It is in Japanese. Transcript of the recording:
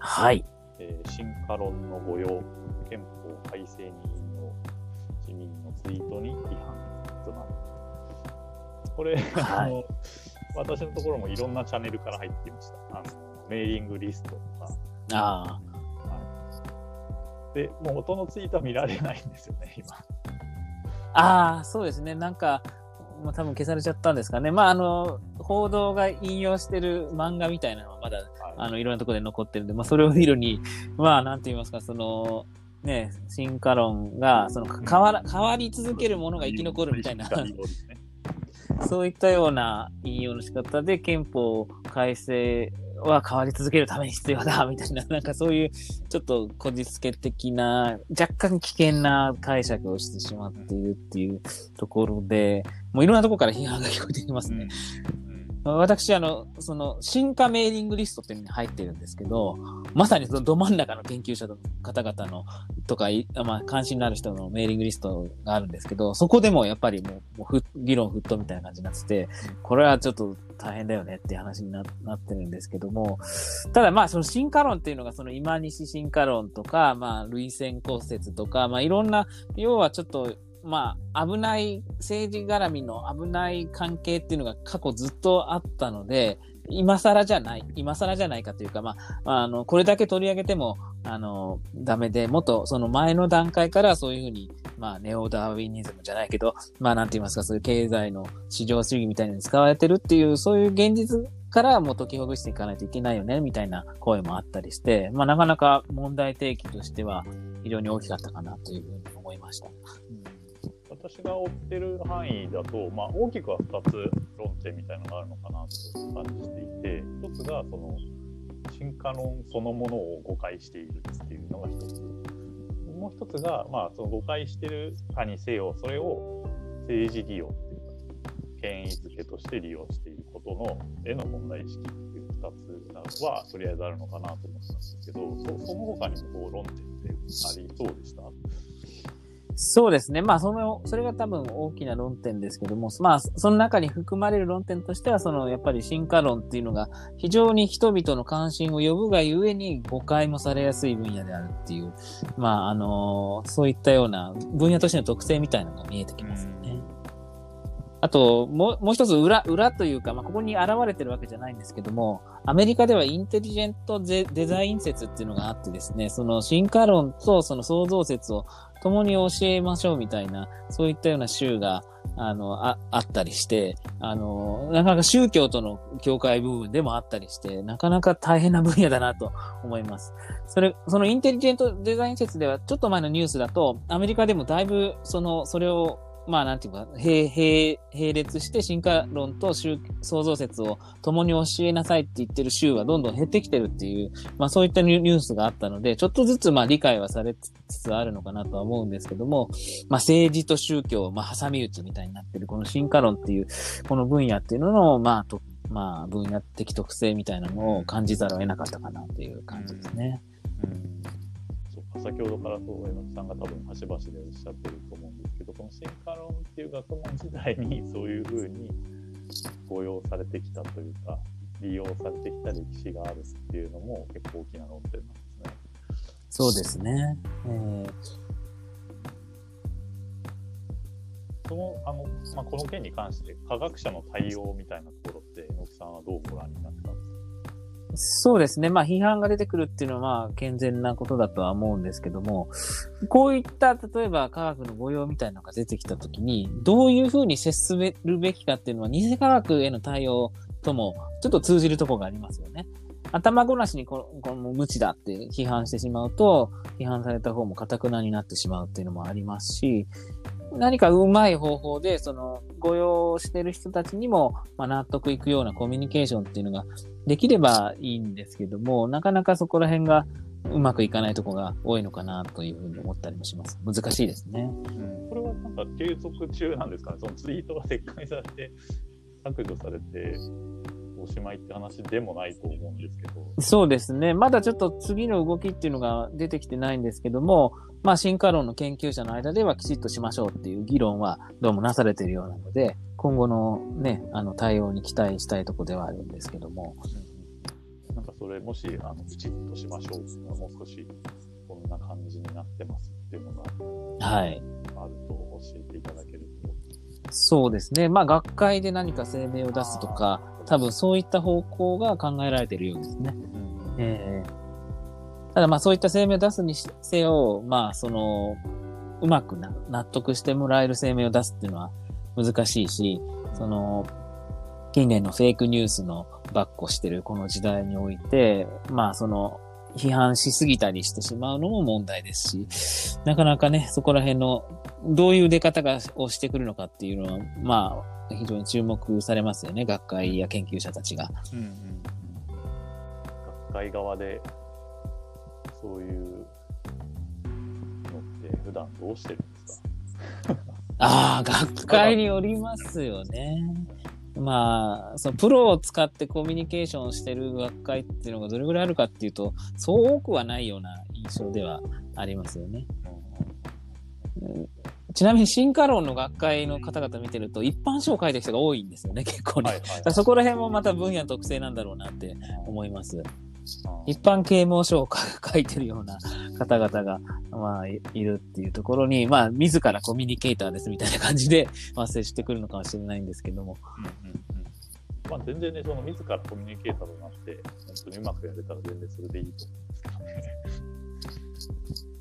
はい。 進化論の御用、憲法改正にの自民のツイートに批判となる。これ、 はい、 私のところもいろんなチャンネルから入っていました。メーリングリストとか。 あで、もう元のツイートは見られないんですよね、今。 そうですね。なんか、多分消されちゃったんですかね。報道が引用してる漫画みたいなのはまだ、いろんなところで残ってるんで、それを見るに、なんて言いますか、進化論が、変わり続けるものが生き残るみたいな、そういったような引用の仕方で憲法改正は変わり続けるために必要だみたいな、なんかそういうちょっとこじつけ的な若干危険な解釈をしてしまっているっていうところで、もういろんなところから批判が聞こえてきますね。私、進化メーリングリストっていうのに入ってるんですけど、まさにそのど真ん中の研究者の方々のとか、関心のある人のメーリングリストがあるんですけど、そこでもやっぱりもう議論沸騰みたいな感じになってて、これはちょっと大変だよねっていう話になってるんですけども、ただその進化論っていうのが今西進化論とか、類線骨折とか、いろんな、要はちょっと、危ない政治絡みの危ない関係っていうのが過去ずっとあったので、今更じゃないかというか、これだけ取り上げても、ダメで、もっとその前の段階からそういうふうに、ネオダーウィニズムじゃないけど、なんて言いますか、そういう経済の市場主義みたいなのに使われてるっていう、そういう現実からも解きほぐしていかないといけないよね、みたいな声もあったりして、なかなか問題提起としては非常に大きかったかなというふうに思いました。 私が追ってる範囲だと、大きくは2つ論点みたいなのがあるのかなと感じていて、一つが進化論そのものを誤解しているっていうのが一つ、もう一つが、その誤解しているかにせよ、それを政治利用っていうか権威づけとして利用していることのへの問題意識っていう2つはとりあえずあるのかなと思ったんですけど、その他にも論点ってありそうでした？ そうですね。それが多分大きな論点ですけども、その中に含まれる論点としては、やっぱり進化論っていうのが非常に人々の関心を呼ぶがゆえに誤解もされやすい分野であるっていう、そういったような分野としての特性みたいなのが見えてきますよね。あと、もう一つ裏というか、ここに現れてるわけじゃないんですけども、アメリカではインテリジェントデザイン説っていうのがあってですね、その進化論とその創造説を共に教えましょうみたいな、そういったような州が、あったりして、なかなか宗教との境界部分でもあったりして、なかなか大変な分野だなと思います。そのインテリジェントデザイン説では、ちょっと前のニュースだと、アメリカでもだいぶ、それを、なんていうか、並列して進化論と創造説を共に教えなさいって言ってる州はどんどん減ってきてるっていう、そういったニュースがあったので、ちょっとずつ理解はされつつあるのかなとは思うんですけども、政治と宗教を挟み撃ちみたいになってるこの進化論っていう、この分野っていうのの、分野的特性みたいなのを感じざるを得なかったかなという感じですね。 先ほどからそう山木さんが多分端々でおっしゃってると思うんですけど、この進化論っていう学問自体にそういうふうに応用されてきたというか利用されてきた歴史があるっていうのも結構大きな論点なんですね。 そうですね。 この件に関して科学者の対応みたいなところって榎木さんはどうご覧になってたんですか？ そうですね。批判が出てくるっていうのは健全なことだとは思うんですけども、こういった例えば科学の誤用みたいなのが出てきたときに、どういうふうに接するべきかっていうのは偽科学への対応ともちょっと通じるところがありますよね。頭ごなしにこの無知だって批判してしまうと、批判された方も堅くなになってしまうっていうのもありますし、何かうまい方法で、誤用してる人たちにも、納得いくようなコミュニケーションっていうのができればいいんですけども、なかなかそこら辺がうまくいかないところが多いのかなというふうに思ったりもします。難しいですね。 これはなんか継続中なんですかね。そのツイートが撤回されて、削除されて、おしまいって話でもないと思うんですけど。 そうですね。まだちょっと次の動きっていうのが出てきてないんですけども、進化論の研究者の間ではきちっとしましょうっていう議論はどうもなされているようなので、今後のね、対応に期待したいところではあるんですけども。 なんかそれもしきちっとしましょうっていうのはもう少しこんな感じになってますっていうのがはい。 あると教えていただけると。 そうですね。まあ、学会で何か声明を出すとか、多分そういった方向が考えられているようですね。ただまあそういった声明を出すにせよ、まあうまく納得してもらえる声明を出すっていうのは難しいし、近年のフェイクニュースのばっこしてるこの時代において、まあ批判しすぎたりしてしまうのも問題ですし、なかなかね、そこら辺のどういう出方をしてくるのかっていうのは、まあ非常に注目されますよね、学会や研究者たちが。 学会側でそういうのって普段どうしてるんですか？ 学会によりますよね。まあ、プロを使ってコミュニケーションしてる学会っていうのがどれぐらいあるかっていうと、そう多くはないような印象ではありますよね。ちなみに進化論の学会の方々見てると、一般書を書いてる人が多いんですよね、結構ね。そこら辺もまた分野特性なんだろうなって思います。一般啓蒙書を書いてるような方々が、まあ、いるっていうところに、まあ、自らコミュニケーターですみたいな感じで、まあ、接してくるのかもしれないんですけども。 まあ、全然ね、自らコミュニケーターとなって、本当にうまくやれたら全然それでいいと思うんですけどね。